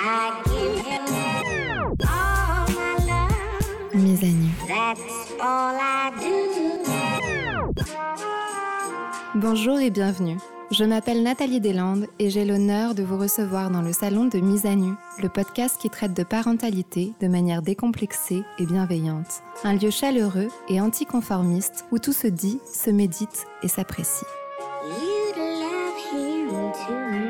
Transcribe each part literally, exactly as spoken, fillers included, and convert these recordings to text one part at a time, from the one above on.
I give him all my love. Mise à nu. That's all I do. Bonjour et bienvenue. Je m'appelle Nathalie Deslandes et j'ai l'honneur de vous recevoir dans le salon de Mise à nu, le podcast qui traite de parentalité de manière décomplexée et bienveillante. Un lieu chaleureux et anticonformiste où tout se dit, se médite et s'apprécie. You'd love him too.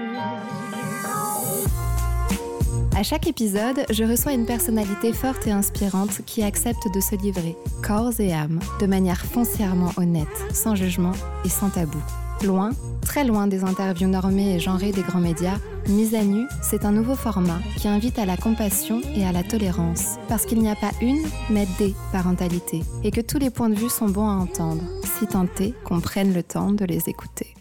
À chaque épisode, je reçois une personnalité forte et inspirante qui accepte de se livrer, corps et âme, de manière foncièrement honnête, sans jugement et sans tabou. Loin, très loin des interviews normées et genrées des grands médias, Mise à nu, c'est un nouveau format qui invite à la compassion et à la tolérance, parce qu'il n'y a pas une, mais des parentalités, et que tous les points de vue sont bons à entendre, si tant est qu'on prenne le temps de les écouter.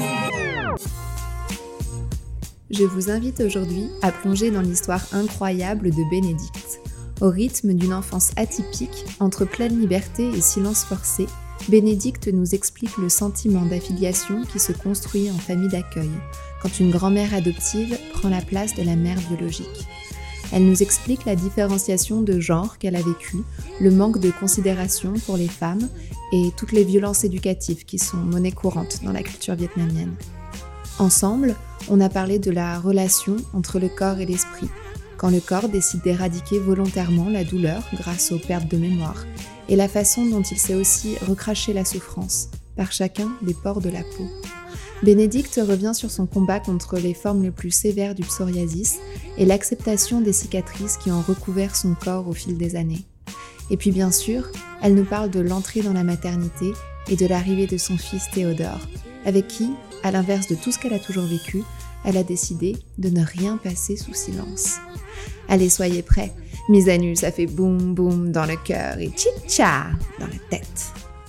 Je vous invite aujourd'hui à plonger dans l'histoire incroyable de Bénédicte. Au rythme d'une enfance atypique, entre pleine liberté et silence forcé, Bénédicte nous explique le sentiment d'affiliation qui se construit en famille d'accueil, quand une grand-mère adoptive prend la place de la mère biologique. Elle nous explique la différenciation de genre qu'elle a vécue, le manque de considération pour les femmes et toutes les violences éducatives qui sont monnaie courante dans la culture vietnamienne. Ensemble, on a parlé de la relation entre le corps et l'esprit, quand le corps décide d'éradiquer volontairement la douleur grâce aux pertes de mémoire, et la façon dont il sait aussi recracher la souffrance, par chacun des pores de la peau. Bénédicte revient sur son combat contre les formes les plus sévères du psoriasis et l'acceptation des cicatrices qui ont recouvert son corps au fil des années. Et puis bien sûr, elle nous parle de l'entrée dans la maternité et de l'arrivée de son fils Théodore, avec qui, à l'inverse de tout ce qu'elle a toujours vécu, elle a décidé de ne rien passer sous silence. Allez, soyez prêts, Mise à nu, ça fait boum boum dans le cœur et tchi-tcha dans la tête.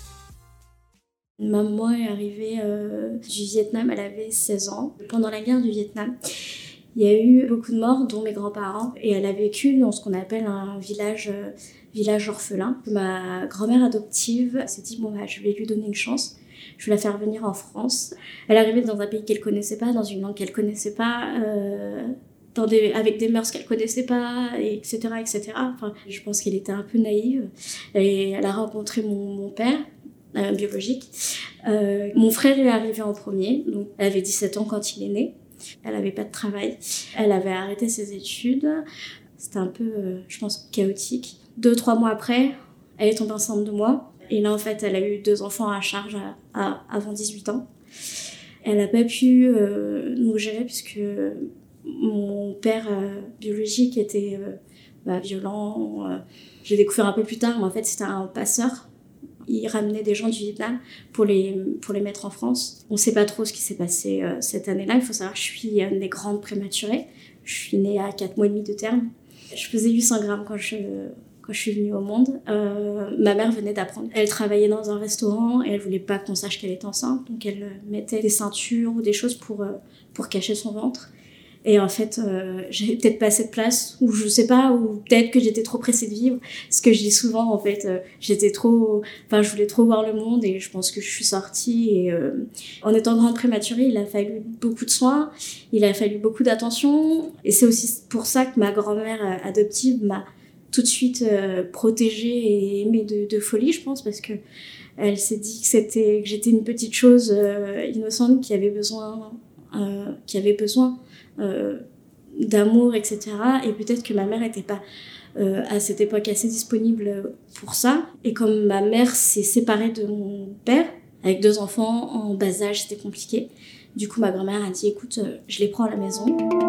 Maman est arrivée euh, du Vietnam, elle avait seize ans. Pendant la guerre du Vietnam, il y a eu beaucoup de morts, dont mes grands-parents, et elle a vécu dans ce qu'on appelle un village, euh, village orphelin. Ma grand-mère adoptive s'est dit, bon, bah, je vais lui donner une chance. Je vais la faire venir en France. Elle est arrivée dans un pays qu'elle connaissait pas, dans une langue qu'elle connaissait pas, euh, dans des, avec des mœurs qu'elle connaissait pas, et cetera, et cetera. Enfin, je pense qu'elle était un peu naïve. Et elle a rencontré mon, mon père, euh, biologique. Euh, mon frère est arrivé en premier, donc elle avait dix-sept ans quand il est né. Elle avait pas de travail. Elle avait arrêté ses études. C'était un peu, euh, je pense, chaotique. Deux, trois mois après, elle est tombée enceinte de moi. Et là, en fait, elle a eu deux enfants à charge à, à, avant dix-huit ans. Elle n'a pas pu euh, nous gérer puisque mon père euh, biologique était euh, bah, violent. Euh, j'ai découvert un peu plus tard, mais en fait, c'était un passeur. Il ramenait des gens du Vietnam pour les, pour les mettre en France. On ne sait pas trop ce qui s'est passé euh, cette année-là. Il faut savoir que je suis née grande prématurée. Je suis née à quatre mois et demi de terme. Je pesais huit cents grammes quand je... Quand je suis venue au monde, euh, ma mère venait d'apprendre. Elle travaillait dans un restaurant et elle voulait pas qu'on sache qu'elle était enceinte. Donc elle mettait des ceintures ou des choses pour, euh, pour cacher son ventre. Et en fait, euh, j'avais peut-être pas assez de place, ou je sais pas, ou peut-être que j'étais trop pressée de vivre. Ce que je dis souvent, en fait, euh, j'étais trop... Enfin, je voulais trop voir le monde et je pense que je suis sortie. Et euh, en étant grande prématurée, il a fallu beaucoup de soins, il a fallu beaucoup d'attention. Et c'est aussi pour ça que ma grand-mère adoptive m'a tout de suite euh, protégée et aimée de, de folie, je pense, parce que elle s'est dit que c'était que j'étais une petite chose euh, innocente qui avait besoin euh, qui avait besoin euh, d'amour, et cetera. Et peut-être que ma mère n'était pas euh, à cette époque assez disponible pour ça. Et comme ma mère s'est séparée de mon père avec deux enfants en bas âge, c'était compliqué. Du coup, ma grand-mère a dit, écoute, euh, je les prends à la maison.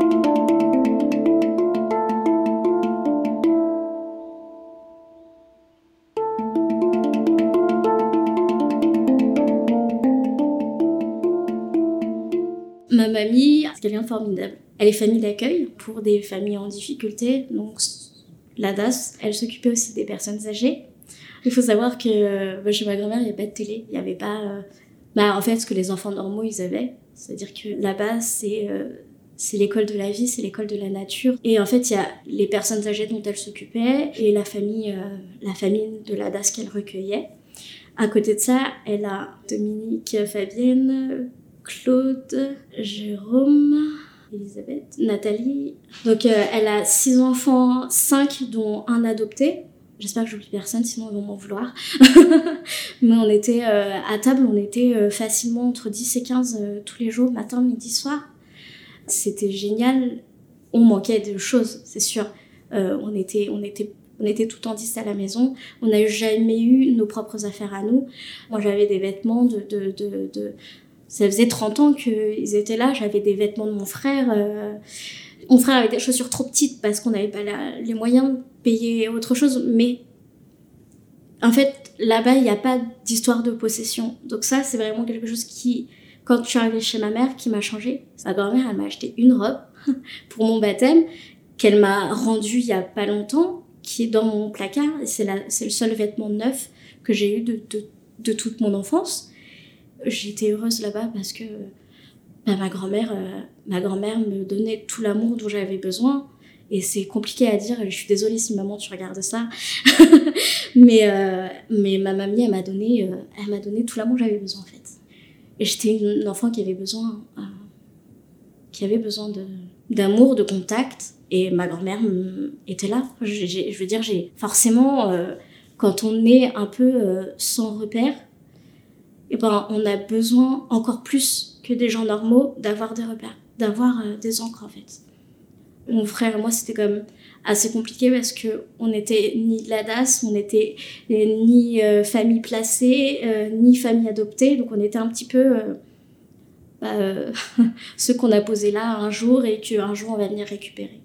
Ma mamie, c'est quelqu'un de formidable. Elle est famille d'accueil pour des familles en difficulté, donc l'A D A S. Elle s'occupait aussi des personnes âgées. Il faut savoir que bah, chez ma grand-mère, il n'y a pas de télé. Il n'y avait pas... Euh, bah, en fait, ce que les enfants normaux, ils avaient. C'est-à-dire que là-bas, c'est, euh, c'est l'école de la vie, c'est l'école de la nature. Et en fait, il y a les personnes âgées dont elle s'occupait et la famille, euh, la famille de l'A D A S qu'elle recueillait. À côté de ça, elle a Dominique, Fabienne... Claude, Jérôme Elisabeth, Nathalie. Donc, euh, elle a six enfants, cinq dont un adopté. J'espère que j'oublie personne, sinon ils vont m'en vouloir. Mais on était euh, à table, on était euh, facilement entre dix et quinze euh, tous les jours, matin, midi, soir. C'était génial. On manquait de choses, c'est sûr. Euh, on était, on était, on était tout le temps dix à la maison. On n'a jamais eu nos propres affaires à nous. Moi, j'avais des vêtements de... de, de, de... Ça faisait trente ans qu'ils étaient là. J'avais des vêtements de mon frère. Euh... Mon frère avait des chaussures trop petites parce qu'on n'avait pas la... les moyens de payer autre chose. Mais en fait, là-bas, il n'y a pas d'histoire de possession. Donc ça, c'est vraiment quelque chose qui... Quand je suis arrivée chez ma mère, qui m'a changée. Sa grand-mère, elle m'a acheté une robe pour mon baptême qu'elle m'a rendue il y a pas longtemps, qui est dans mon placard. Et c'est, la, c'est le seul vêtement neuf que j'ai eu de, de, de toute mon enfance. J'étais heureuse là-bas parce que bah, ma grand-mère, euh, ma grand-mère me donnait tout l'amour dont j'avais besoin. Et c'est compliqué à dire. Je suis désolée si maman tu regardes ça, mais euh, mais ma mamie, elle m'a donné, euh, elle m'a donné tout l'amour que j'avais besoin en fait. Et j'étais une enfant qui avait besoin, euh, qui avait besoin de d'amour, de contact. Et ma grand-mère était là. J'ai, j'ai, je veux dire, j'ai forcément, euh, quand on est un peu euh, sans repère, et ben, on a besoin encore plus que des gens normaux d'avoir des repères, d'avoir euh, des ancres en fait. Mon frère et moi, c'était comme assez compliqué parce que on n'était ni de la D A S, on n'était ni euh, famille placée, euh, ni famille adoptée, donc on était un petit peu euh, bah, euh, ceux qu'on a posés là un jour et qu'un jour on va venir récupérer.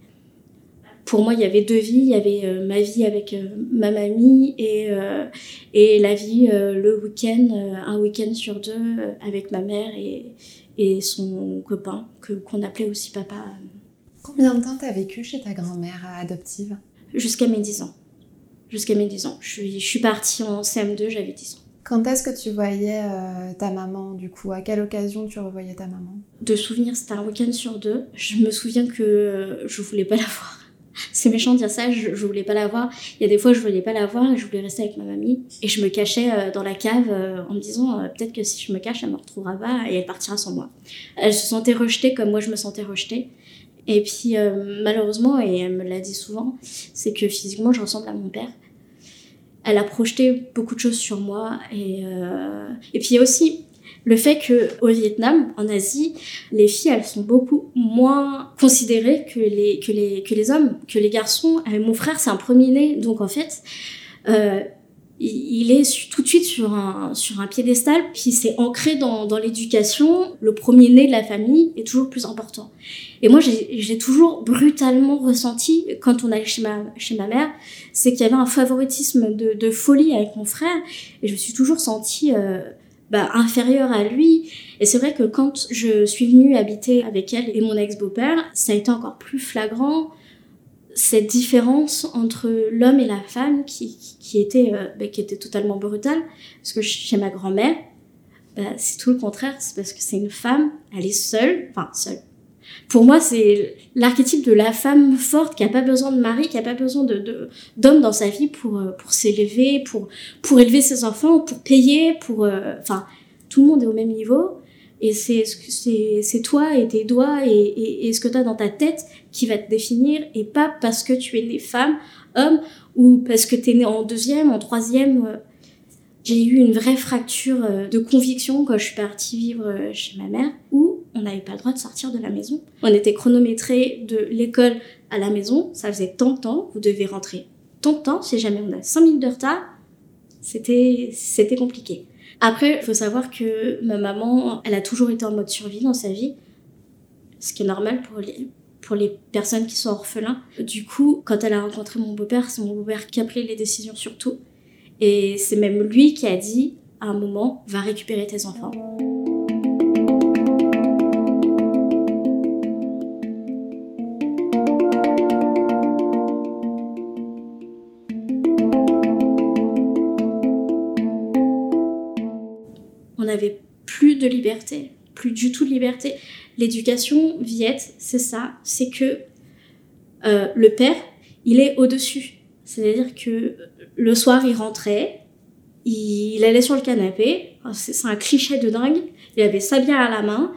Pour moi, il y avait deux vies. Il y avait euh, ma vie avec euh, ma mamie et, euh, et la vie euh, le week-end, euh, un week-end sur deux euh, avec ma mère et, et son copain, que, qu'on appelait aussi papa. Combien de temps t'as vécu chez ta grand-mère adoptive ? Jusqu'à mes dix ans. Jusqu'à mes dix ans. Je suis, je suis partie en C M deux, j'avais dix ans. Quand est-ce que tu voyais euh, ta maman, du coup ? À quelle occasion tu revoyais ta maman ? De souvenirs, c'était un week-end sur deux. Je me souviens que euh, je voulais pas la voir. C'est méchant de dire ça, je, je voulais pas la voir. Il y a des fois, je voulais pas la voir et je voulais rester avec ma mamie. Et je me cachais euh, dans la cave euh, en me disant euh, peut-être que si je me cache, elle me retrouvera pas et elle partira sans moi. Elle se sentait rejetée comme moi je me sentais rejetée. Et puis, euh, malheureusement, et elle me l'a dit souvent, c'est que physiquement, je ressemble à mon père. Elle a projeté beaucoup de choses sur moi. Et, euh... et puis, il y a aussi le fait qu'au Vietnam, en Asie, les filles, elles sont beaucoup moins considérées que les, que les, que les hommes, que les garçons. Euh, mon frère, c'est un premier-né, donc en fait... Euh, il est tout de suite sur un, sur un piédestal, puis c'est ancré dans, dans l'éducation. Le premier-né de la famille est toujours plus important. Et moi, j'ai, j'ai toujours brutalement ressenti, quand on allait chez ma, chez ma mère, c'est qu'il y avait un favoritisme de, de folie avec mon frère, et je me suis toujours sentie euh, bah, inférieure à lui. Et c'est vrai que quand je suis venue habiter avec elle et mon ex-beau-père, ça a été encore plus flagrant, cette différence entre l'homme et la femme qui, qui, qui, était, euh, bah, qui était totalement brutale. Parce que chez ma grand-mère, bah, c'est tout le contraire. C'est parce que c'est une femme, elle est seule, enfin seule. Pour moi, c'est l'archétype de la femme forte qui n'a pas besoin de mari, qui n'a pas besoin de, de, d'homme dans sa vie pour, pour s'élever, pour, pour élever ses enfants, pour payer, pour... Enfin, euh, tout le monde est au même niveau. Et c'est, c'est, c'est toi et tes doigts et, et, et ce que tu as dans ta tête qui va te définir, et pas parce que tu es née femme, homme, ou parce que tu es née en deuxième, en troisième. J'ai eu une vraie fracture de conviction quand je suis partie vivre chez ma mère, où on n'avait pas le droit de sortir de la maison. On était chronométrés de l'école à la maison, ça faisait tant de temps, vous devez rentrer tant de temps, si jamais on a cinq minutes de retard, c'était, c'était compliqué. Après, il faut savoir que ma maman, elle a toujours été en mode survie dans sa vie, ce qui est normal pour les, pour les personnes qui sont orphelins. Du coup, quand elle a rencontré mon beau-père, c'est mon beau-père qui a pris les décisions sur tout. Et c'est même lui qui a dit, à un moment, va récupérer tes enfants. On n'avait plus de liberté, plus du tout de liberté. L'éducation viette, c'est ça, c'est que euh, le père, il est au-dessus. C'est-à-dire que le soir, il rentrait, il allait sur le canapé, c'est, c'est un cliché de dingue, il avait sa bière à la main,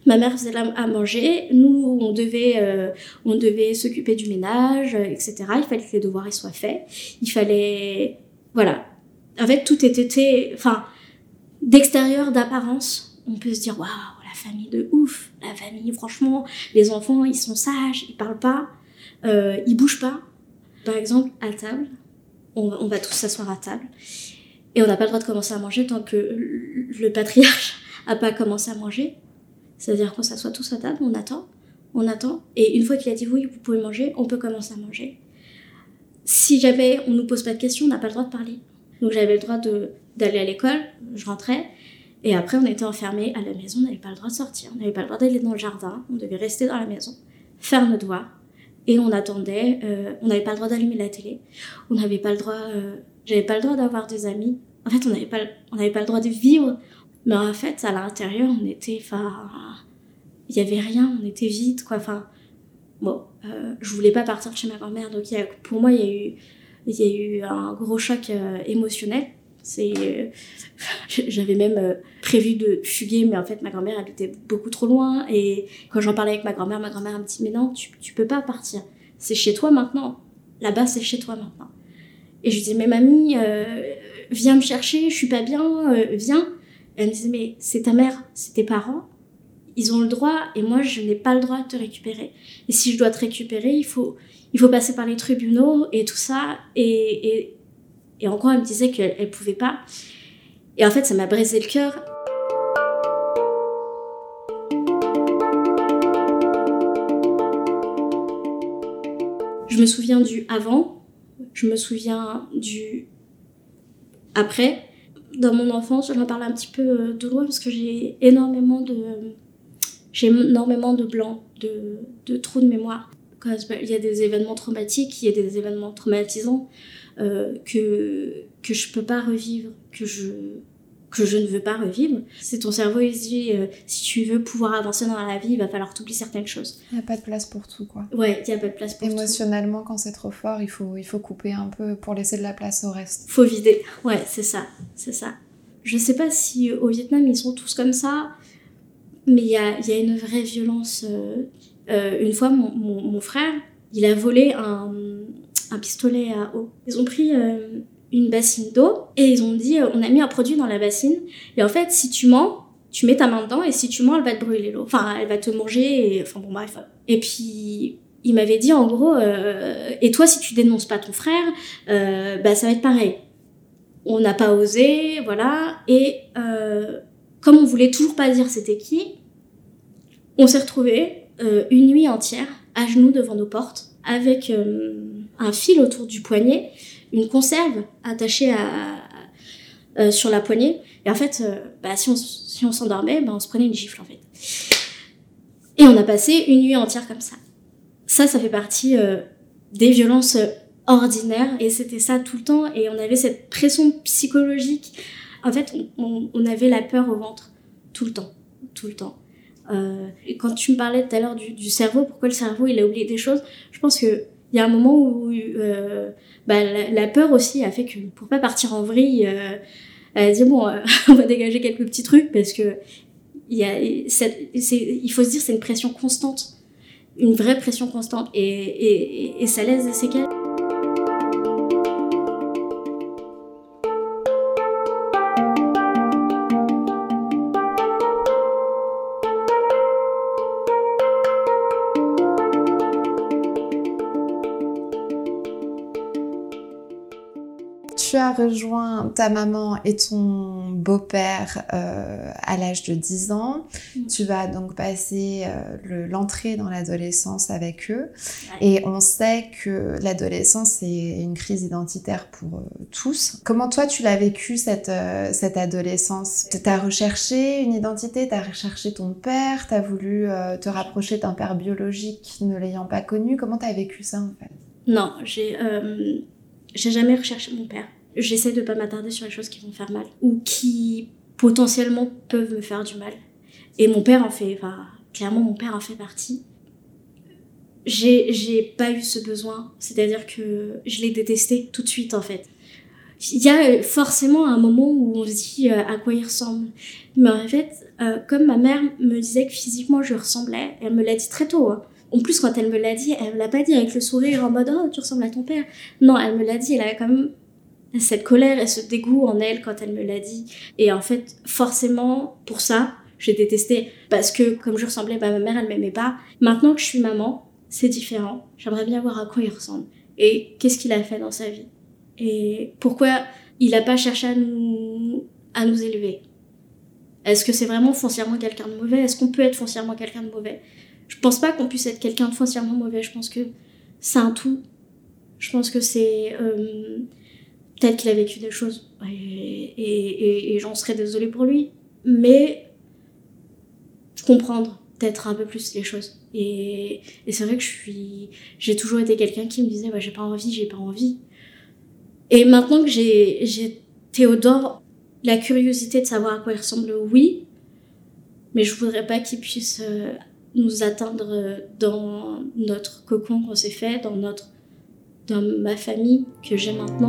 Ma mère faisait à manger, nous on devait, euh, on devait s'occuper du ménage, euh, et cetera. Il fallait que les devoirs ils soient faits. Il fallait, voilà. En fait, tout était, enfin, d'extérieur, d'apparence, on peut se dire waouh, la famille de ouf, la famille, franchement, les enfants ils sont sages, ils parlent pas, euh, ils bougent pas. Par exemple, à table, on, on va tous s'asseoir à table et on n'a pas le droit de commencer à manger tant que le patriarche a pas commencé à manger. C'est-à-dire qu'on s'assoit tous à table, on attend, on attend, et une fois qu'il a dit oui, vous pouvez manger, on peut commencer à manger. Si jamais on nous pose pas de questions, on n'a pas le droit de parler. Donc j'avais le droit de, d'aller à l'école, je rentrais, et après on était enfermés à la maison, on n'avait pas le droit de sortir, on n'avait pas le droit d'aller dans le jardin, on devait rester dans la maison, faire nos devoirs, et on attendait, euh, on n'avait pas le droit d'allumer la télé, on n'avait pas le droit, euh, j'avais pas le droit d'avoir des amis, en fait on n'avait pas, on n'avait pas le droit de vivre. Mais en fait, à l'intérieur, on était, enfin, il y avait rien, on était vide, quoi. Enfin, bon, euh, je voulais pas partir de chez ma grand-mère, donc il y a, pour moi, il y a eu, il y a eu un gros choc euh, émotionnel. C'est, euh, j'avais même euh, prévu de fuguer, mais en fait, ma grand-mère habitait beaucoup trop loin. Et quand j'en parlais avec ma grand-mère, ma grand-mère me dit, mais non, tu, tu peux pas partir. C'est chez toi maintenant. Là-bas, c'est chez toi maintenant. Et je lui dis, mais mamie, euh, viens me chercher, je suis pas bien, euh, viens. Elle me disait, mais c'est ta mère, c'est tes parents, ils ont le droit et moi je n'ai pas le droit de te récupérer. Et si je dois te récupérer, il faut, il faut passer par les tribunaux et tout ça. Et, et, et encore, elle me disait qu'elle ne pouvait pas. Et en fait, ça m'a brisé le cœur. Je me souviens du avant, je me souviens du après. Dans mon enfance, je vais parler un petit peu de loin parce que j'ai énormément de, j'ai énormément de blancs, de, de trous de mémoire. Quand il y a des événements traumatiques, il y a des événements traumatisants euh, que, que je peux pas revivre, que je, que je ne veux pas revivre. C'est ton cerveau, il se dit, euh, si tu veux pouvoir avancer dans la vie, il va falloir t'oublier certaines choses. Il n'y a pas de place pour tout, quoi. Ouais, il n'y a pas de place pour Émotionnellement, tout. Quand c'est trop fort, il faut, il faut couper un peu pour laisser de la place au reste. Faut vider, ouais, c'est ça, c'est ça. Je sais pas si au Vietnam, ils sont tous comme ça, mais il y a, y a une vraie violence. Euh, euh, une fois, mon, mon, mon frère, il a volé un, un pistolet à eau. Ils ont pris euh, une bassine d'eau et ils ont dit, euh, on a mis un produit dans la bassine, et en fait, si tu mens, tu mets ta main dedans, et si tu mens, elle va te brûler l'eau. Enfin, elle va te manger, et enfin bon, bref. Et puis, il m'avait dit, en gros, euh, et toi, si tu dénonces pas ton frère, euh, bah ça va être pareil. On n'a pas osé, voilà, et euh, comme on voulait toujours pas dire c'était qui, on s'est retrouvés euh, une nuit entière à genoux devant nos portes avec euh, un fil autour du poignet, une conserve attachée à, à, euh, sur la poignée, et en fait, euh, bah, si on, si on s'endormait, bah, on se prenait une gifle en fait. Et on a passé une nuit entière comme ça. Ça, ça fait partie euh, des violences euh, ordinaire, et c'était ça tout le temps, et on avait cette pression psychologique. En fait, on, on avait la peur au ventre tout le temps, tout le temps. Euh, et quand tu me parlais tout à l'heure du, du cerveau, pourquoi le cerveau il a oublié des choses, je pense que il y a un moment où euh, bah, la, la peur aussi a fait que pour pas partir en vrille, euh, elle a dit bon, euh, on va dégager quelques petits trucs parce que il y a cette, c'est, il faut se dire c'est une pression constante, une vraie pression constante, et, et, et, et ça laisse des séquelles. Tu as rejoint ta maman et ton beau-père euh, à l'âge de dix ans. Mmh. Tu vas donc passer euh, le, l'entrée dans l'adolescence avec eux. Ouais. Et on sait que l'adolescence, c'est une crise identitaire pour euh, tous. Comment toi, tu l'as vécu, cette, euh, cette adolescence ? T'as recherché une identité, t'as recherché ton père, t'as voulu euh, te rapprocher d'un père biologique ne l'ayant pas connu. Comment t'as vécu ça, en fait ? Non, j'ai... Euh... J'ai jamais recherché mon père. J'essaie de pas m'attarder sur les choses qui vont faire mal ou qui potentiellement peuvent me faire du mal. Et mon père en fait, enfin, clairement mon père en fait partie. J'ai, j'ai pas eu ce besoin, c'est-à-dire que je l'ai détesté tout de suite en fait. Il y a forcément un moment où on se dit euh, à quoi il ressemble. Mais en fait, euh, comme ma mère me disait que physiquement je ressemblais, elle me l'a dit très tôt. Hein. En plus, quand elle me l'a dit, elle me l'a pas dit avec le sourire en mode « Oh, tu ressembles à ton père ». Non, elle me l'a dit, elle avait quand même cette colère et ce dégoût en elle quand elle me l'a dit. Et en fait, forcément, pour ça, j'ai détesté. Parce que comme je ressemblais, bah, ma mère, elle m'aimait pas. Maintenant que je suis maman, c'est différent. J'aimerais bien voir à quoi il ressemble. Et qu'est-ce qu'il a fait dans sa vie. Et pourquoi il a pas cherché à nous, à nous élever. Est-ce que c'est vraiment foncièrement quelqu'un de mauvais ? Est-ce qu'on peut être foncièrement quelqu'un de mauvais ? Je pense pas qu'on puisse être quelqu'un de foncièrement mauvais. Je pense que c'est un tout. Je pense que c'est... Euh, peut-être qu'il a vécu des choses. Et, et, et, et j'en serais désolée pour lui. Mais comprendre peut-être un peu plus les choses. Et, et c'est vrai que je suis... J'ai toujours été quelqu'un qui me disait bah, « j'ai pas envie, j'ai pas envie ». Et maintenant que j'ai, j'ai Théodore, la curiosité de savoir à quoi il ressemble, oui. Mais je voudrais pas qu'il puisse... Euh, nous atteindre dans notre cocon qu'on s'est fait, dans, notre, dans ma famille que j'ai maintenant.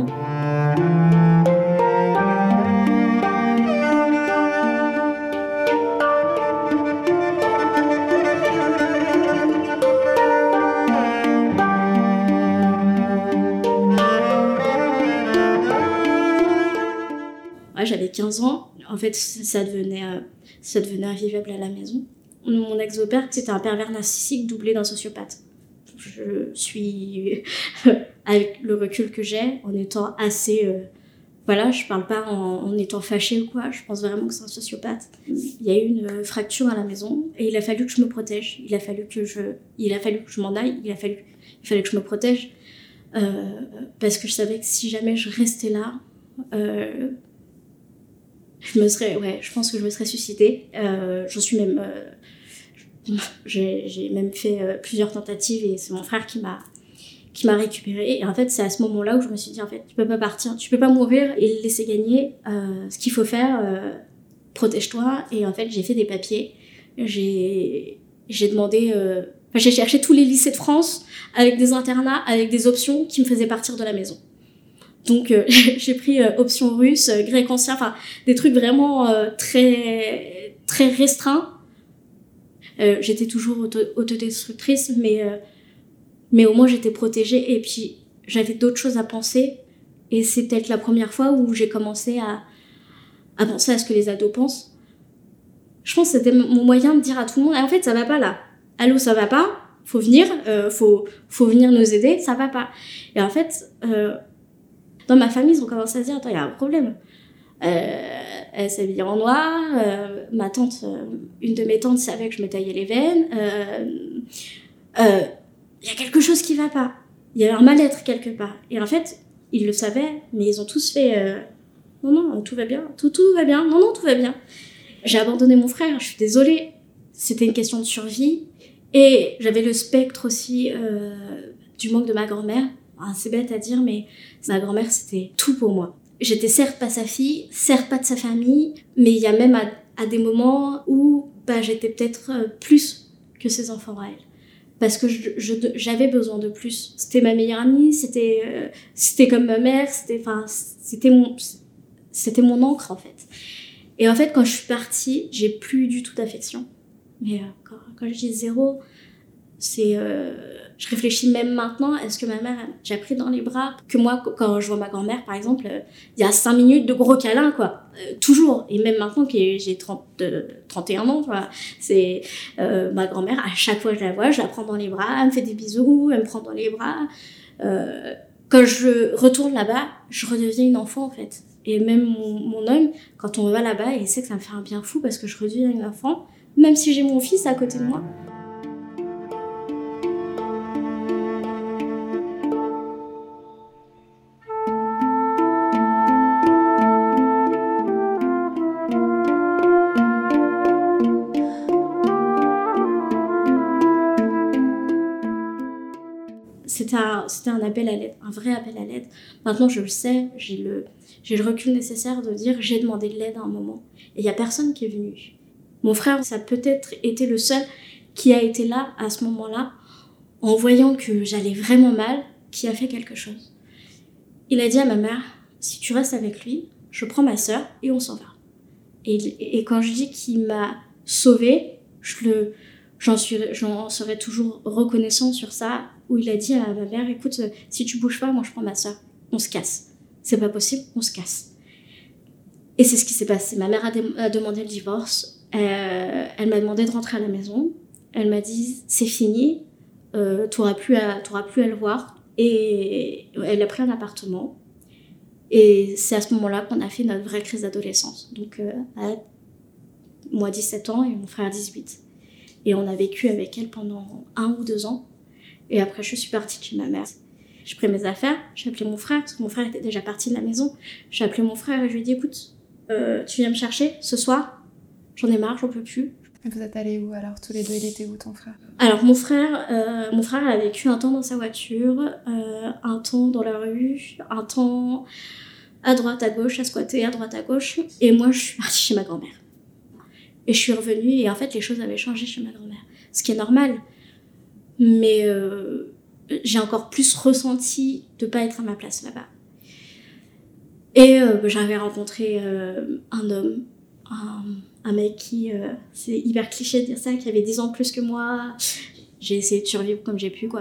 Ouais, j'avais quinze ans, en fait ça devenait, euh, ça devenait invivable à la maison. Mon ex-beau-père, c'était un pervers narcissique doublé d'un sociopathe. Je suis, avec le recul que j'ai, en étant assez... Euh, voilà, je parle pas en, en étant fâchée ou quoi, je pense vraiment que c'est un sociopathe. Il y a eu une fracture à la maison et il a fallu que je me protège. Il a fallu que je, il a fallu que je m'en aille, il a fallu, il fallait que je me protège. Euh, parce que je savais que si jamais je restais là... Euh, je me serais, ouais, je pense que je me serais suicidée. Euh, j'en suis même... Euh, J'ai, j'ai même fait euh, plusieurs tentatives et c'est mon frère qui m'a, qui m'a récupérée. Et en fait, c'est à ce moment-là où je me suis dit, en fait, tu peux pas partir, tu peux pas mourir et le laisser gagner. Euh, ce qu'il faut faire, euh, protège-toi. Et en fait, j'ai fait des papiers. J'ai, j'ai demandé... Euh, enfin, j'ai cherché tous les lycées de France avec des internats, avec des options qui me faisaient partir de la maison. Donc, euh, j'ai pris euh, option russe, euh, grec ancien, enfin, des trucs vraiment euh, très, très restreints. Euh, j'étais toujours auto- autodestructrice, mais, euh, mais au moins j'étais protégée et puis j'avais d'autres choses à penser. Et c'est peut-être la première fois où j'ai commencé à, à penser à ce que les ados pensent. Je pense que c'était mon moyen de dire à tout le monde, en fait, ça va pas là. Allô, ça va pas, faut venir, euh, faut, faut venir nous aider, ça va pas. Et en fait, euh, dans ma famille, ils ont commencé à se dire, attends, il y a un problème. Euh, elle s'habillait en noir, euh, ma tante, euh, une de mes tantes savait que je me taillais les veines, il euh, euh, y a quelque chose qui va pas, il y a un mal-être quelque part. Et en fait, ils le savaient, mais ils ont tous fait euh, non, non, tout va bien, tout, tout va bien, non, non, tout va bien. J'ai abandonné mon frère, je suis désolée, c'était une question de survie, et j'avais le spectre aussi euh, du manque de ma grand-mère. Ah, c'est bête à dire, mais ma grand-mère, c'était tout pour moi. J'étais certes pas sa fille, certes pas de sa famille, mais il y a même à, à des moments où bah, j'étais peut-être euh, plus que ses enfants à elle. Parce que je, je, j'avais besoin de plus. C'était ma meilleure amie, c'était, euh, c'était comme ma mère, c'était, enfin, c'était mon, c'était mon encre en fait. Et en fait, quand je suis partie, j'ai plus du tout d'affection. Mais euh, quand, quand je dis zéro, c'est... Euh, je réfléchis même maintenant, est-ce que ma mère a déjà pris dans les bras ? Que moi, quand je vois ma grand-mère, par exemple, il euh, y a cinq minutes de gros câlins, quoi. Euh, toujours. Et même maintenant que j'ai trente, euh, trente et un ans, voilà, c'est euh, ma grand-mère, à chaque fois que je la vois, je la prends dans les bras, elle me fait des bisous, elle me prend dans les bras. Euh, quand je retourne là-bas, je redeviens une enfant, en fait. Et même mon, mon homme, quand on va là-bas, il sait que ça me fait un bien fou parce que je redeviens une enfant, même si j'ai mon fils à côté de moi. C'était un, c'était un appel à l'aide, un vrai appel à l'aide. Maintenant, je le sais, j'ai le, j'ai le recul nécessaire de dire j'ai demandé de l'aide à un moment. Et il n'y a personne qui est venu. Mon frère, ça a peut-être été le seul qui a été là à ce moment-là, en voyant que j'allais vraiment mal, qui a fait quelque chose. Il a dit à ma mère, si tu restes avec lui, je prends ma sœur et on s'en va. Et, et quand je dis qu'il m'a sauvée, je le, j'en, suis, j'en serai toujours reconnaissant sur ça, où il a dit à ma mère, écoute, si tu bouges pas, moi je prends ma sœur, on se casse. C'est pas possible, on se casse. Et c'est ce qui s'est passé. Ma mère a, dé- a demandé le divorce, euh, elle m'a demandé de rentrer à la maison, elle m'a dit, c'est fini, euh, t'auras plus à, t'auras plus à le voir. Et elle a pris un appartement. Et c'est à ce moment-là qu'on a fait notre vraie crise d'adolescence. Donc, euh, à moi dix-sept ans et mon frère dix-huit. Et on a vécu avec elle pendant un ou deux ans. Et après, je suis partie de chez ma mère. J'ai pris mes affaires, j'ai appelé mon frère, parce que mon frère était déjà parti de la maison. J'ai appelé mon frère et je lui ai dit, écoute, euh, tu viens me chercher ce soir ? J'en ai marre, j'en peux plus. Et vous êtes allés où alors tous les deux? Il était où ton frère? Alors mon frère, euh, mon frère a vécu un temps dans sa voiture, euh, un temps dans la rue, un temps à droite, à gauche, à squatter, à droite, à gauche. Et moi, je suis partie chez ma grand-mère. Et je suis revenue et en fait, les choses avaient changé chez ma grand-mère. Ce qui est normal. Mais euh, j'ai encore plus ressenti de ne pas être à ma place là-bas. Et euh, j'avais rencontré euh, un homme, un, un mec qui, euh, c'est hyper cliché de dire ça, qui avait dix ans de plus que moi. J'ai essayé de survivre comme j'ai pu, quoi.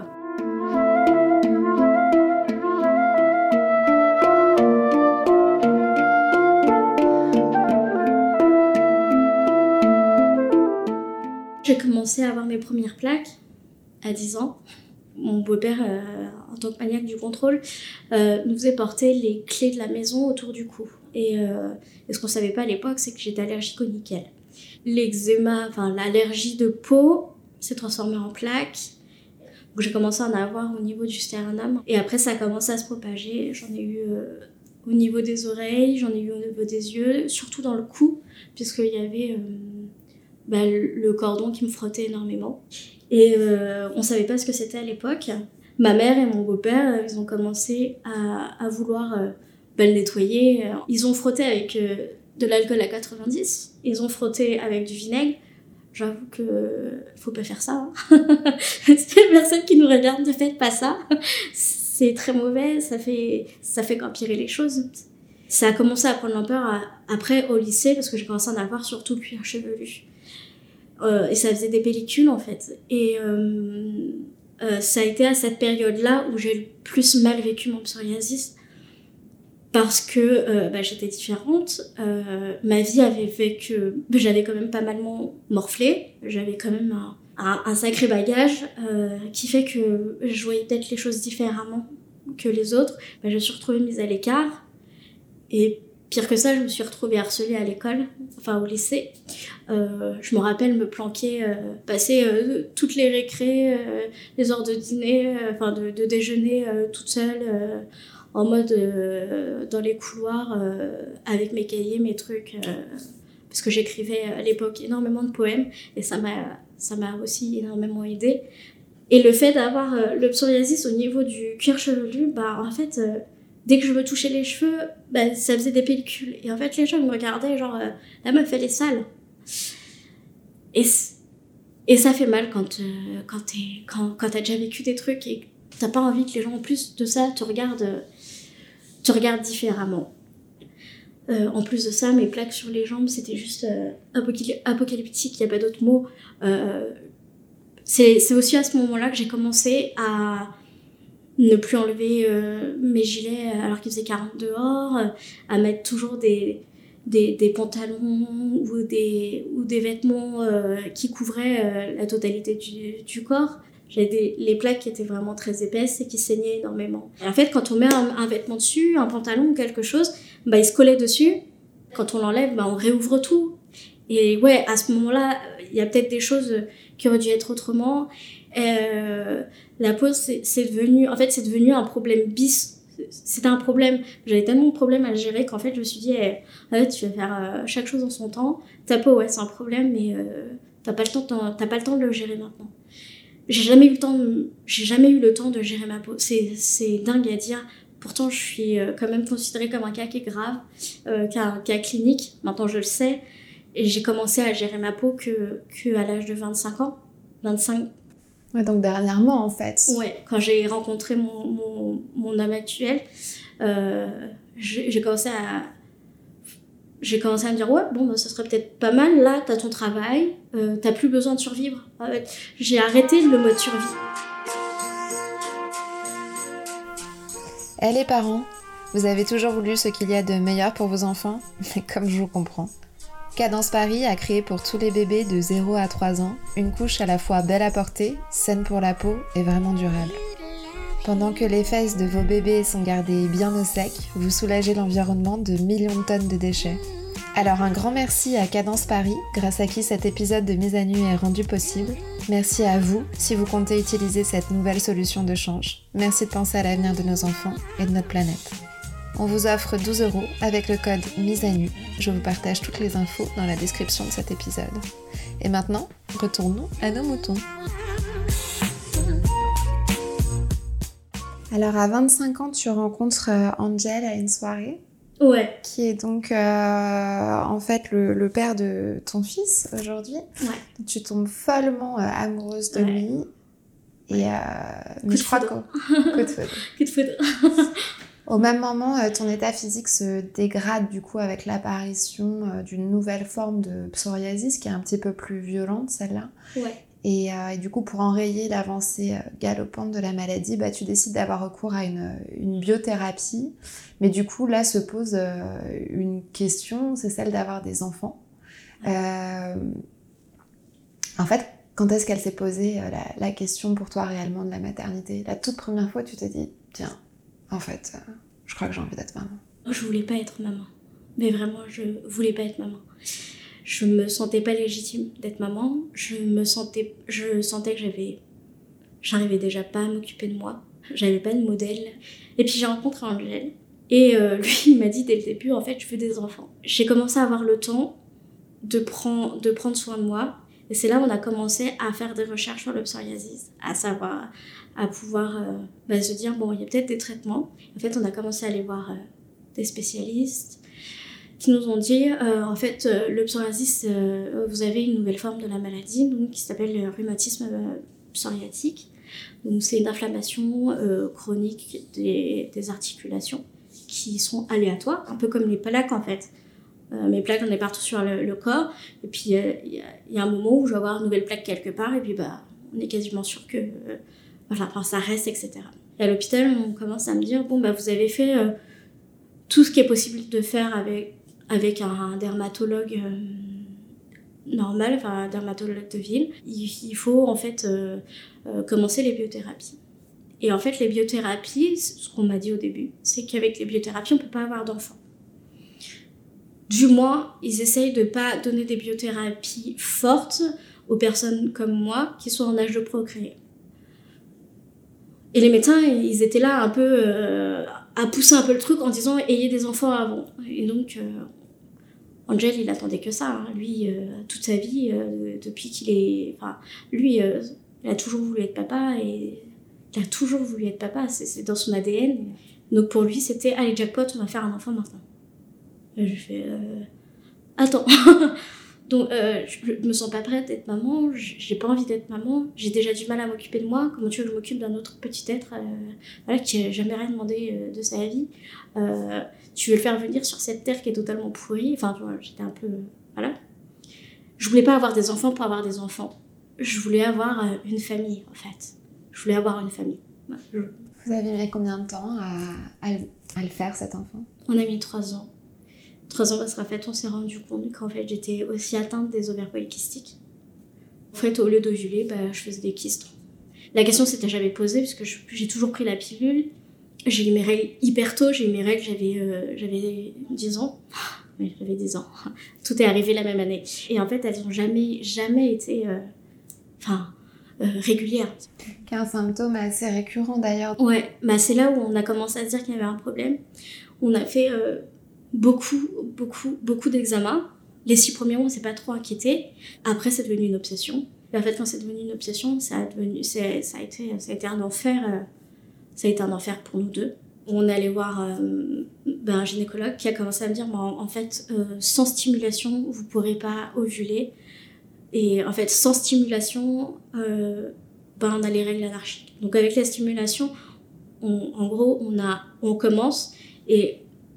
J'ai commencé à avoir mes premières plaques à dix ans. Mon beau-père, euh, en tant que maniaque du contrôle, euh, nous faisait porter les clés de la maison autour du cou. Et, euh, et ce qu'on ne savait pas à l'époque, c'est que j'étais allergique au nickel. L'eczéma, enfin l'allergie de peau s'est transformée en plaques. Donc j'ai commencé à en avoir au niveau du sternum. Et après, ça a commencé à se propager. J'en ai eu euh, au niveau des oreilles, j'en ai eu au niveau des yeux, surtout dans le cou, puisqu'il y avait euh, bah, le cordon qui me frottait énormément. Et euh, on savait pas ce que c'était à l'époque. Ma mère et mon beau-père, ils ont commencé à, à vouloir euh, bah, le nettoyer. Ils ont frotté avec euh, de l'alcool à quatre-vingt-dix. Ils ont frotté avec du vinaigre. J'avoue que faut pas faire ça. Hein. C'est les personnes qui nous regardent, ne faites pas ça. C'est très mauvais, ça fait, ça fait qu'empirer les choses. Ça a commencé à prendre l'ampleur à, après au lycée, parce que j'ai commencé à en avoir sur tout le cuir chevelu. Euh, et ça faisait des pellicules en fait. Et euh, euh, ça a été à cette période-là où j'ai le plus mal vécu mon psoriasis, parce que euh, bah, j'étais différente. Euh, ma vie avait fait que j'avais quand même pas mal morflé. J'avais quand même un, un, un sacré bagage euh, qui fait que je voyais peut-être les choses différemment que les autres. Bah, je me suis retrouvée mise à l'écart. Et pire que ça, je me suis retrouvée harcelée à l'école, enfin au lycée. Euh, je me rappelle me planquer, euh, passer euh, toutes les récrés, euh, les heures de dîner, euh, enfin de, de déjeuner euh, toute seule, euh, en mode euh, dans les couloirs, euh, avec mes cahiers, mes trucs, euh, parce que j'écrivais à l'époque énormément de poèmes, et ça m'a, ça m'a aussi énormément aidée. Et le fait d'avoir euh, le psoriasis au niveau du cuir chevelu, bah en fait... Euh, dès que je me touchais les cheveux, bah, ça faisait des pellicules. Et en fait, les gens me regardaient, genre, euh, la meuf, elle est sale. Et, et ça fait mal quand, euh, quand, t'es, quand, quand t'as déjà vécu des trucs et que t'as pas envie que les gens, en plus de ça, te regardent, euh, te regardent différemment. Euh, en plus de ça, mes plaques sur les jambes, c'était juste euh, apocalyptique, il n'y a pas d'autre mot. Euh, c'est, c'est aussi à ce moment-là que j'ai commencé à... ne plus enlever euh, mes gilets alors qu'il faisait quarante dehors, euh, à mettre toujours des, des, des pantalons ou des, ou des vêtements euh, qui couvraient euh, la totalité du, du corps. J'avais des, les plaques qui étaient vraiment très épaisses et qui saignaient énormément. Et en fait, quand on met un, un vêtement dessus, un pantalon ou quelque chose, bah, il se collait dessus. Quand on l'enlève, bah, on réouvre tout. Et ouais, à ce moment-là, il y a peut-être des choses qui auraient dû être autrement. Euh, la peau, c'est, c'est devenu, en fait, c'est devenu un problème bis. C'était un problème. J'avais tellement de problèmes à gérer qu'en fait, je me suis dit, eh, en fait, tu vas faire euh, chaque chose en son temps. Ta peau, ouais, c'est un problème, mais euh, t'as pas le temps, de, t'as pas le temps de le gérer maintenant. J'ai jamais eu le temps, de, j'ai jamais eu le temps de gérer ma peau. C'est, c'est dingue à dire. Pourtant, je suis euh, quand même considérée comme un cas qui est grave, euh, qu'un cas clinique. Maintenant, je le sais. Et j'ai commencé à gérer ma peau que, que à l'âge de vingt-cinq ans. vingt-cinq. Ouais, donc dernièrement, en fait. Ouais, quand j'ai rencontré mon, mon, mon homme actuel, euh, j'ai, j'ai commencé à j'ai commencé à me dire ouais bon bah, ça serait peut-être pas mal, là t'as ton travail, euh, t'as plus besoin de survivre. En fait, j'ai arrêté le mode survie. Eh les parents, vous avez toujours voulu ce qu'il y a de meilleur pour vos enfants, mais comme je vous comprends. Cadence Paris a créé pour tous les bébés de zéro à trois ans une couche à la fois belle à porter, saine pour la peau et vraiment durable. Pendant que les fesses de vos bébés sont gardées bien au sec, vous soulagez l'environnement de millions de tonnes de déchets. Alors un grand merci à Cadence Paris, grâce à qui cet épisode de Mise à Nu est rendu possible. Merci à vous si vous comptez utiliser cette nouvelle solution de change. Merci de penser à l'avenir de nos enfants et de notre planète. On vous offre douze euros avec le code Mise à Nu. Je vous partage toutes les infos dans la description de cet épisode. Et maintenant, retournons à nos moutons. Alors à vingt-cinq ans, tu rencontres euh, Angel à une soirée. Ouais. Qui est donc euh, en fait le, le père de ton fils aujourd'hui. Ouais. Tu tombes follement euh, amoureuse de ouais. lui. Et euh, mais je crois que coup de foudre. Coup de foudre. Au même moment, euh, ton état physique se dégrade du coup avec l'apparition euh, d'une nouvelle forme de psoriasis qui est un petit peu plus violente, celle-là. Ouais. Et, euh, et du coup, pour enrayer l'avancée euh, galopante de la maladie, bah, tu décides d'avoir recours à une, une biothérapie. Mais du coup, là se pose euh, une question, c'est celle d'avoir des enfants. Euh, en fait, quand est-ce qu'elle s'est posée euh, la, la question pour toi réellement de la maternité ? La toute première fois, tu te dis, tiens, en fait, euh, je crois que j'ai envie d'être maman. Je voulais pas être maman. Mais vraiment, je voulais pas être maman. Je me sentais pas légitime d'être maman. Je me sentais, je sentais que j'avais, j'arrivais déjà pas à m'occuper de moi. J'avais pas de modèle. Et puis j'ai rencontré Angel. Et euh, lui, il m'a dit dès le début, en fait, je veux des enfants. J'ai commencé à avoir le temps de, prendre, de prendre soin de moi. Et c'est là où on a commencé à faire des recherches sur le psoriasis, à savoir, à pouvoir euh, bah, se dire, bon, il y a peut-être des traitements. En fait, on a commencé à aller voir euh, des spécialistes qui nous ont dit, euh, en fait, euh, le psoriasis, euh, vous avez une nouvelle forme de la maladie, donc, qui s'appelle le rhumatisme euh, psoriatique. Donc, c'est une inflammation euh, chronique des, des articulations qui sont aléatoires, un peu comme les plaques, en fait. Euh, mes plaques, j'en ai partout sur le, le corps, et puis il euh, y, y a un moment où je vais avoir une nouvelle plaque quelque part, et puis bah, on est quasiment sûr que euh, voilà, enfin, ça reste, et cetera. Et à l'hôpital, on commence à me dire, bon, bah, vous avez fait euh, tout ce qui est possible de faire avec avec un, un dermatologue euh, normal, enfin un dermatologue de ville. Il, il faut en fait euh, euh, commencer les biothérapies. Et en fait, les biothérapies, ce qu'on m'a dit au début, c'est qu'avec les biothérapies, on peut pas avoir d'enfants. Du moins, ils essayent de pas donner des biothérapies fortes aux personnes comme moi qui sont en âge de procréer. Et les médecins, ils étaient là un peu euh, à pousser un peu le truc en disant « ayez des enfants avant ». Et donc, euh, Angel, il attendait que ça. Hein. Lui, euh, toute sa vie, euh, depuis qu'il est... Enfin, lui, euh, il a toujours voulu être papa et il a toujours voulu être papa. C'est, c'est dans son A D N. Donc pour lui, c'était « allez, jackpot, on va faire un enfant maintenant ». Et je fais euh, « attends ». Donc, euh, je me sens pas prête d'être maman, j'ai pas envie d'être maman, j'ai déjà du mal à m'occuper de moi. Comment tu veux que je m'occupe d'un autre petit être euh, voilà, qui n'a jamais rien demandé euh, de sa vie euh, tu veux le faire venir sur cette terre qui est totalement pourrie. Enfin, tu vois, j'étais un peu... Voilà. Je voulais pas avoir des enfants pour avoir des enfants. Je voulais avoir euh, une famille, en fait. Je voulais avoir une famille. Ouais, je... Vous avez mis combien de temps à, à, à le faire, cet enfant ? On a mis trois ans. Trois ans parce qu'en fait, on s'est rendu compte qu'en fait, j'étais aussi atteinte des ovaires polykystiques. En fait, au lieu d'ovuler, bah, je faisais des kystes. La question s'était jamais posée parce que je, j'ai toujours pris la pilule. J'ai eu mes règles hyper tôt. J'ai eu mes règles, j'avais, euh, j'avais dix ans. Oui, j'avais dix ans. Tout est arrivé la même année. Et en fait, elles n'ont jamais, jamais été euh, enfin, euh, régulières. Qui est un symptôme assez récurrent d'ailleurs. Ouais, bah, c'est là où on a commencé à se dire qu'il y avait un problème. On a fait... Euh, beaucoup, beaucoup, beaucoup d'examens. Les six premiers mois, on s'est pas trop inquiété. Après, c'est devenu une obsession. Et en fait, quand c'est devenu une obsession, ça a, devenu, c'est, ça a, été, ça a été un enfer. Euh, ça a été un enfer pour nous deux. On est allé voir euh, ben, un gynécologue qui a commencé à me dire, ben, en, en fait, euh, sans stimulation, vous pourrez pas ovuler. Et en fait, sans stimulation, euh, ben, on a les règles anarchiques. Donc avec la stimulation, on, en gros, on, a, on commence et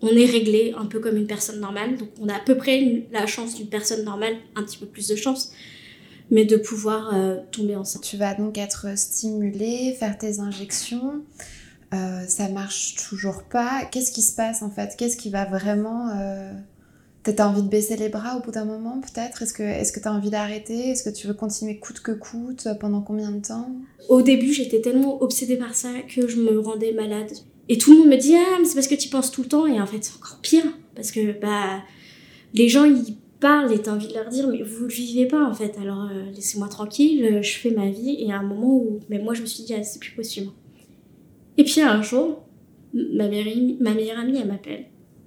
on est réglé un peu comme une personne normale. Donc on a à peu près une, la chance d'une personne normale, un petit peu plus de chance, mais de pouvoir euh, tomber enceinte. Tu vas donc être stimulée, faire tes injections. Euh, ça marche toujours pas. Qu'est-ce qui se passe en fait? Qu'est-ce qui va vraiment... Euh... T'as envie de baisser les bras au bout d'un moment peut-être? Est-ce que est-ce que t'as envie d'arrêter? Est-ce que tu veux continuer coûte que coûte? Pendant combien de temps? Au début, j'étais tellement obsédée par ça que je me rendais malade. Et tout le monde me dit « Ah, mais c'est parce que tu penses tout le temps ». Et en fait, c'est encore pire. Parce que bah, les gens, ils parlent et t'as envie de leur dire « Mais vous le vivez pas en fait. Alors euh, laissez-moi tranquille, je fais ma vie. » Et à un moment où mais moi, je me suis dit ah, « C'est plus possible ». Et puis un jour, ma meilleure, ma meilleure amie, elle m'appelle.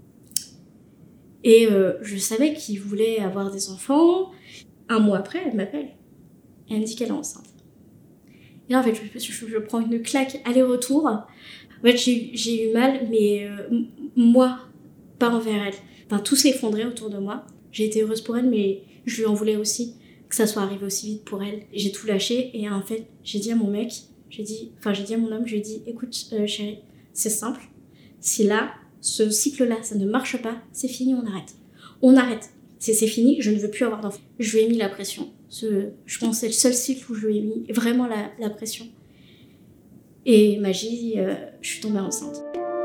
Et euh, je savais qu'il voulait avoir des enfants. Un mois après, elle m'appelle. Et elle me dit qu'elle est enceinte. Et là, en fait, je, je, je prends une claque aller-retour. En fait, j'ai, j'ai eu mal, mais euh, m- moi, pas envers elle. Enfin, tout s'est effondré autour de moi. J'ai été heureuse pour elle, mais je lui en voulais aussi que ça soit arrivé aussi vite pour elle. J'ai tout lâché. Et en fait, j'ai dit à mon mec, j'ai dit, enfin, j'ai dit à mon homme, je lui ai dit, écoute, euh, chérie, c'est simple. Si là, ce cycle-là, ça ne marche pas, c'est fini, on arrête. On arrête. C'est, c'est fini, je ne veux plus avoir d'enfants. Je lui ai mis la pression. Ce, je pense que c'est le seul cycle où je lui ai mis vraiment la, la pression. Et magie, euh, je suis tombée enceinte.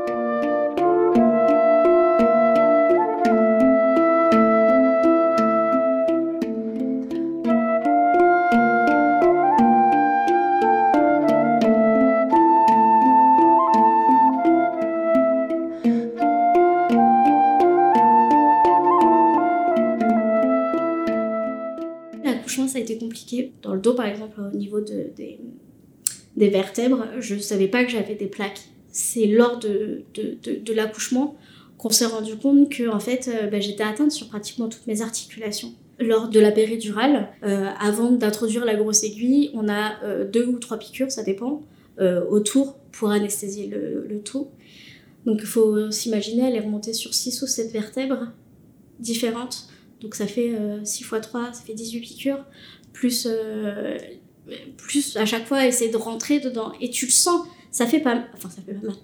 Ça a été compliqué. Dans le dos, par exemple, au niveau de, des, des vertèbres, je ne savais pas que j'avais des plaques. C'est lors de, de, de, de l'accouchement qu'on s'est rendu compte que en fait, euh, bah, j'étais atteinte sur pratiquement toutes mes articulations. Lors de la péridurale, euh, avant d'introduire la grosse aiguille, on a euh, deux ou trois piqûres, ça dépend, euh, autour pour anesthésier le, le tout. Donc il faut s'imaginer, elle est remontée sur six ou sept vertèbres différentes. Donc ça fait euh, six fois trois, ça fait dix-huit piqûres, plus, euh, plus à chaque fois essayer de rentrer dedans. Et tu le sens, ça fait pas, enfin ça fait pas mal.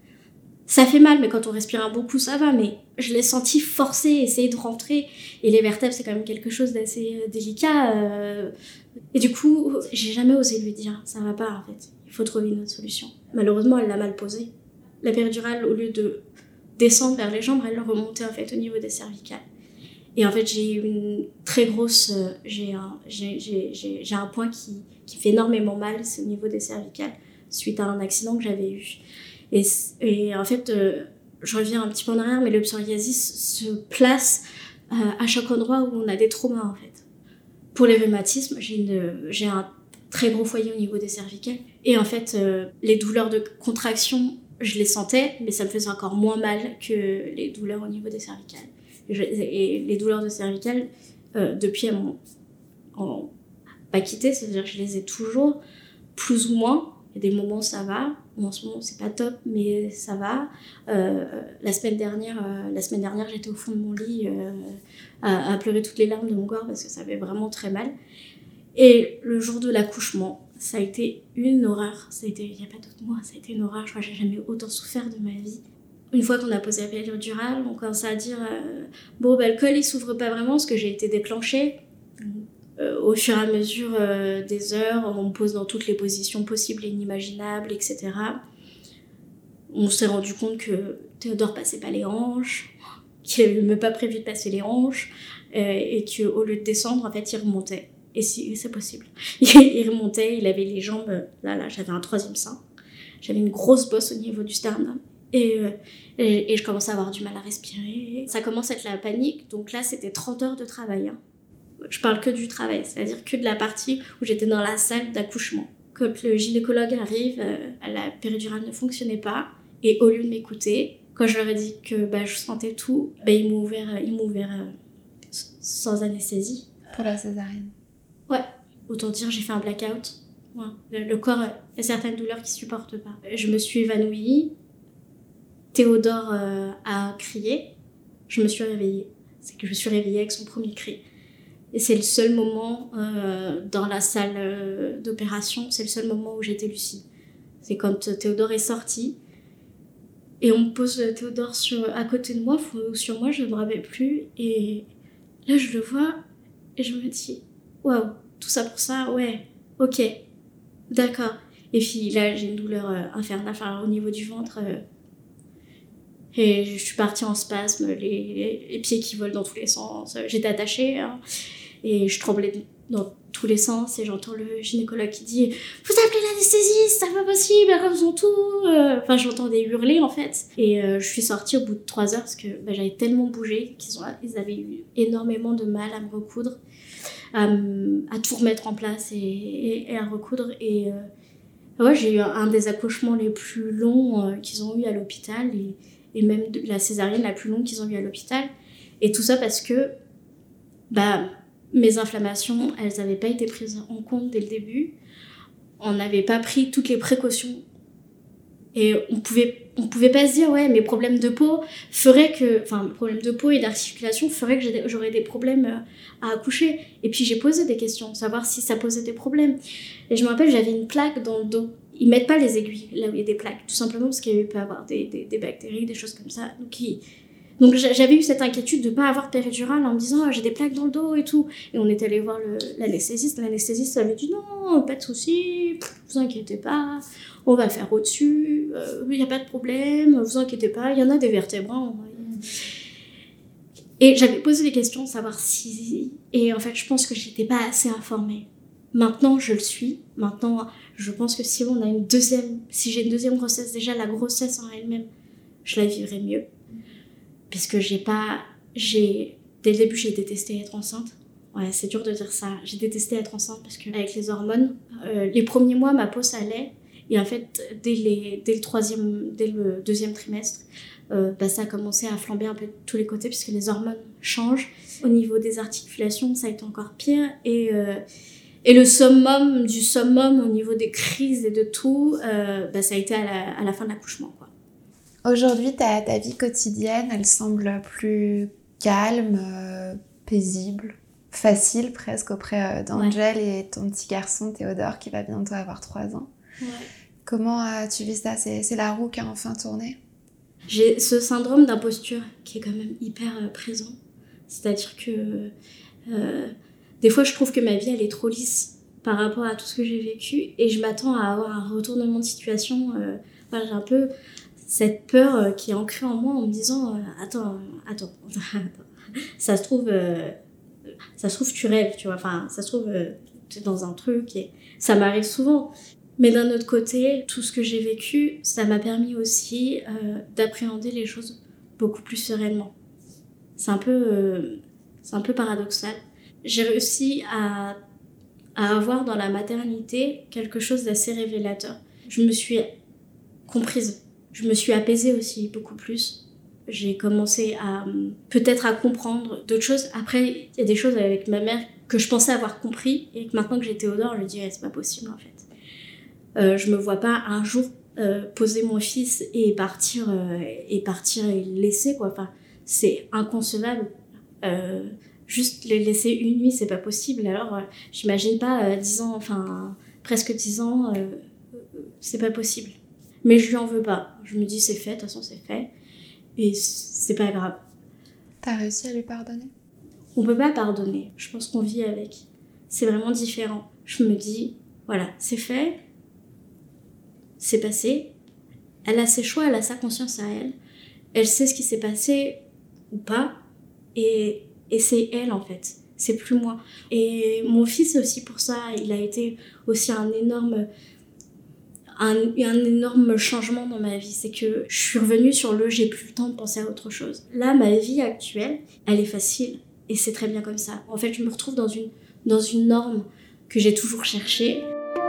Ça fait mal, mais quand on respire un bon coup, ça va. Mais je l'ai senti forcer, essayer de rentrer. Et les vertèbres, c'est quand même quelque chose d'assez euh, délicat. Euh... Et du coup, j'ai jamais osé lui dire, ça va pas en fait, il faut trouver une autre solution. Malheureusement, elle l'a mal posée. La péridurale, au lieu de descendre vers les jambes, elle remontait en fait au niveau des cervicales. Et en fait, j'ai eu une très grosse... Euh, j'ai, un, j'ai, j'ai, j'ai, j'ai un point qui, qui fait énormément mal, c'est au niveau des cervicales, suite à un accident que j'avais eu. Et, et en fait, euh, je reviens un petit peu en arrière, mais le psoriasis se place euh, à chaque endroit où on a des traumas, en fait. Pour les rhumatismes, j'ai, une, j'ai un très gros foyer au niveau des cervicales. Et en fait, euh, les douleurs de contraction, je les sentais, mais ça me faisait encore moins mal que les douleurs au niveau des cervicales. Je, et les douleurs de cervicales, euh, depuis, elles m'ont en, pas quitté, c'est-à-dire que je les ai toujours, plus ou moins. Il y a des moments où ça va, en ce moment c'est pas top, mais ça va. Euh, la semaine dernière, euh, la semaine dernière, j'étais au fond de mon lit euh, à, à pleurer toutes les larmes de mon corps parce que ça avait vraiment très mal. Et le jour de l'accouchement, ça a été une horreur. Ça a été, il n'y a pas d'autre mot, ça a été une horreur. Je crois que j'ai jamais autant souffert de ma vie. Une fois qu'on a posé la péridurale, on commence à dire euh, bon, bah, le col il s'ouvre pas vraiment parce que j'ai été déclenchée. Euh, au fur et à mesure euh, des heures, on me pose dans toutes les positions possibles et inimaginables, et cetera. On s'est rendu compte que Théodore passait pas les hanches, qu'il avait même pas prévu de passer les hanches, euh, et qu'au lieu de descendre, en fait, il remontait. Et si, c'est possible. Il remontait, il avait les jambes, là, là, j'avais un troisième sein. J'avais une grosse bosse au niveau du sternum. Et, euh, et, et je commençais à avoir du mal à respirer. Ça commence à être la panique, donc là c'était trente heures de travail. Hein. Je parle que du travail, c'est-à-dire que de la partie où j'étais dans la salle d'accouchement. Quand le gynécologue arrive, euh, la péridurale ne fonctionnait pas, et au lieu de m'écouter, quand je leur ai dit que bah, je sentais tout, bah, ils m'ont ouvert, ils m'ont ouvert euh, sans anesthésie. Pour la césarienne. Ouais, autant dire j'ai fait un blackout. Ouais. Le, le corps a certaines douleurs qu'il ne supporte pas. Je me suis évanouie. Théodore euh, a crié, je me suis réveillée. C'est que je me suis réveillée avec son premier cri. Et c'est le seul moment euh, dans la salle euh, d'opération, c'est le seul moment où j'étais lucide. C'est quand Théodore est sorti, Et on me pose Théodore sur, à côté de moi, ou sur moi, je ne me rappelle plus. Et là, je le vois et je me dis, waouh, tout ça pour ça, ouais, ok, d'accord. Et puis là, j'ai une douleur euh, infernale, enfin, au niveau du ventre. Euh, et je suis partie en spasme, les, les, les pieds qui volent dans tous les sens. J'étais attachée hein, et je tremblais dans tous les sens. Et j'entends le gynécologue qui dit « Vous appelez l'anesthésiste, c'est pas possible, elles refont tout !» Enfin, j'entendais hurler en fait. Et euh, je suis sortie au bout de trois heures parce que bah, j'avais tellement bougé qu'ils ont, ils avaient eu énormément de mal à me recoudre, à, à tout remettre en place et, et, et à recoudre. Et euh, ouais, j'ai eu un des accouchements les plus longs euh, qu'ils ont eu à l'hôpital. Et, et même la césarienne la plus longue qu'ils ont eue à l'hôpital. Et tout ça parce que bah, mes inflammations, elles n'avaient pas été prises en compte dès le début. On n'avait pas pris toutes les précautions. Et on pouvait, on pouvait pas se dire, ouais, mes problèmes de peau feraient que... Enfin, mes problèmes de peau et d'articulation feraient que j'aurais des problèmes à accoucher. Et puis j'ai posé des questions, savoir si ça posait des problèmes. Et je me rappelle, j'avais une plaque dans le dos. Ils mettent pas les aiguilles là où il y a des plaques, tout simplement parce qu'il peut y avoir des, des, des bactéries, des choses comme ça. Donc, ils... Donc j'avais eu cette inquiétude de pas avoir de péridurale en me disant oh, j'ai des plaques dans le dos et tout. Et on est allé voir le, l'anesthésiste. L'anesthésiste avait dit non, pas de souci, vous inquiétez pas, on va faire au-dessus, il euh, n'y a pas de problème, vous inquiétez pas, il y en a des vertébrats. Et j'avais posé des questions, savoir si... Et en fait, je pense que j'étais pas assez informée. Maintenant, je le suis. Maintenant, je pense que si on a une deuxième, si j'ai une deuxième grossesse, déjà la grossesse en elle-même, je la vivrai mieux. Parce que j'ai pas, j'ai, dès le début, j'ai détesté être enceinte. Ouais, c'est dur de dire ça. J'ai détesté être enceinte parce que avec les hormones, euh, les premiers mois, ma peau ça allait. Et en fait, dès les, dès le troisième, dès le deuxième trimestre, euh, bah, ça a commencé à flamber un peu de tous les côtés puisque les hormones changent. Au niveau des articulations, ça a été encore pire. Et euh, Et le summum du summum au niveau des crises et de tout, euh, bah, ça a été à la, à la fin de l'accouchement, quoi. Aujourd'hui, ta, ta vie quotidienne, elle semble plus calme, euh, paisible, facile presque auprès euh, d'Angel ouais. et ton petit garçon Théodore qui va bientôt avoir trois ans. Ouais. Comment euh, tu vis ça ? c'est, c'est la roue qui a enfin tourné ? J'ai ce syndrome d'imposture qui est quand même hyper euh, présent. C'est-à-dire que... Euh, Des fois, je trouve que ma vie, elle est trop lisse par rapport à tout ce que j'ai vécu et je m'attends à avoir un retournement de situation. Euh, enfin, j'ai un peu cette peur euh, qui est ancrée en moi en me disant euh, « Attends, attends, attends, ça se trouve, euh, ça se trouve tu rêves, tu vois. Enfin, ça se trouve, euh, tu es dans un truc et ça m'arrive souvent. » Mais d'un autre côté, tout ce que j'ai vécu, ça m'a permis aussi euh, d'appréhender les choses beaucoup plus sereinement. C'est un peu, euh, c'est un peu paradoxal. J'ai réussi à, à avoir dans la maternité quelque chose d'assez révélateur. Je me suis comprise, je me suis apaisée aussi beaucoup plus. J'ai commencé à peut-être à comprendre d'autres choses. Après, il y a des choses avec ma mère que je pensais avoir compris et que maintenant que j'ai Théodore, je me dis eh, c'est pas possible en fait. Euh, je me vois pas un jour euh, poser mon fils et partir euh, et partir et le laisser quoi. Enfin, c'est inconcevable. Euh, Juste les laisser une nuit, c'est pas possible. Alors, euh, j'imagine pas euh, dix ans, enfin, presque dix ans, euh, c'est pas possible. Mais je lui en veux pas. Je me dis, c'est fait, de toute façon, c'est fait. Et c'est pas grave. T'as réussi à lui pardonner ? On peut pas pardonner. Je pense qu'on vit avec. C'est vraiment différent. Je me dis, voilà, c'est fait. C'est passé. Elle a ses choix, elle a sa conscience à elle. Elle sait ce qui s'est passé ou pas. Et... Et c'est elle, en fait. C'est plus moi. Et mon fils, aussi, pour ça, il a été aussi un énorme... Un, un énorme changement dans ma vie. C'est que je suis revenue sur le « j'ai plus le temps de penser à autre chose ». Là, ma vie actuelle, elle est facile. Et c'est très bien comme ça. En fait, je me retrouve dans une, dans une norme que j'ai toujours cherchée.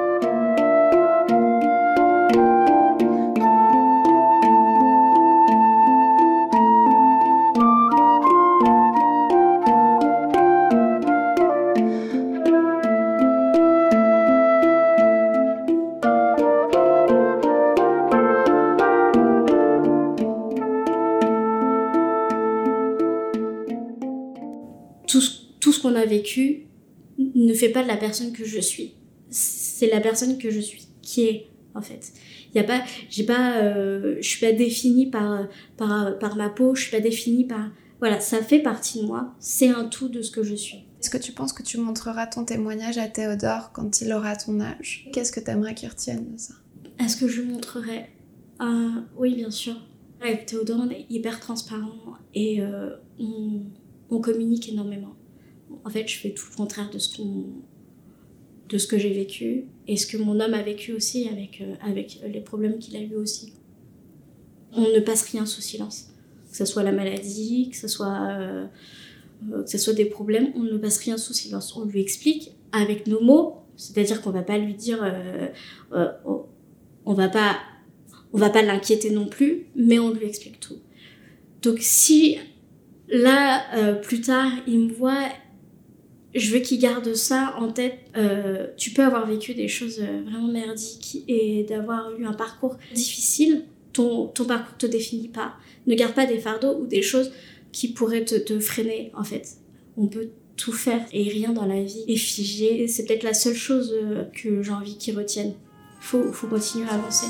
Tout ce qu'on a vécu ne fait pas de la personne que je suis. C'est la personne que je suis qui est, en fait. y a pas, j'ai pas, euh, je suis pas définie par, par, par ma peau, je suis pas définie par... Voilà, ça fait partie de moi, c'est un tout de ce que je suis. Est-ce que tu penses que tu montreras ton témoignage à Théodore quand il aura ton âge ? Qu'est-ce que tu aimerais qu'il retienne de ça ? Est-ce que je montrerai ? euh, Oui, bien sûr. Avec Théodore, on est hyper transparent et euh, on, on communique énormément. En fait, je fais tout le contraire de ce, qu'on, de ce que j'ai vécu et ce que mon homme a vécu aussi avec, euh, avec les problèmes qu'il a eu aussi. On ne passe rien sous silence. Que ce soit la maladie, que ce soit, euh, que ce soit des problèmes, on ne passe rien sous silence. On lui explique avec nos mots, c'est-à-dire qu'on ne va pas lui dire... Euh, euh, on va pas... On va pas l'inquiéter non plus, mais on lui explique tout. Donc si là, euh, plus tard, il me voit, je veux qu'il garde ça en tête. Euh, tu peux avoir vécu des choses vraiment merdiques et d'avoir eu un parcours difficile. Ton, ton parcours ne te définit pas. Ne garde pas des fardeaux ou des choses qui pourraient te, te freiner, en fait. On peut tout faire et rien dans la vie est figé. C'est peut-être la seule chose que j'ai envie qu'ils retiennent. Faut, faut continuer à avancer.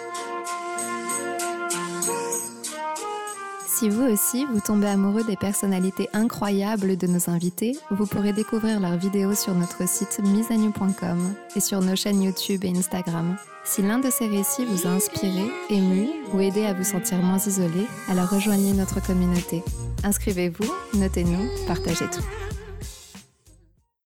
Si vous aussi, vous tombez amoureux des personnalités incroyables de nos invités, vous pourrez découvrir leurs vidéos sur notre site mise à nu point com et sur nos chaînes YouTube et Instagram. Si l'un de ces récits vous a inspiré, ému ou aidé à vous sentir moins isolé, alors rejoignez notre communauté. Inscrivez-vous, notez-nous, partagez tout.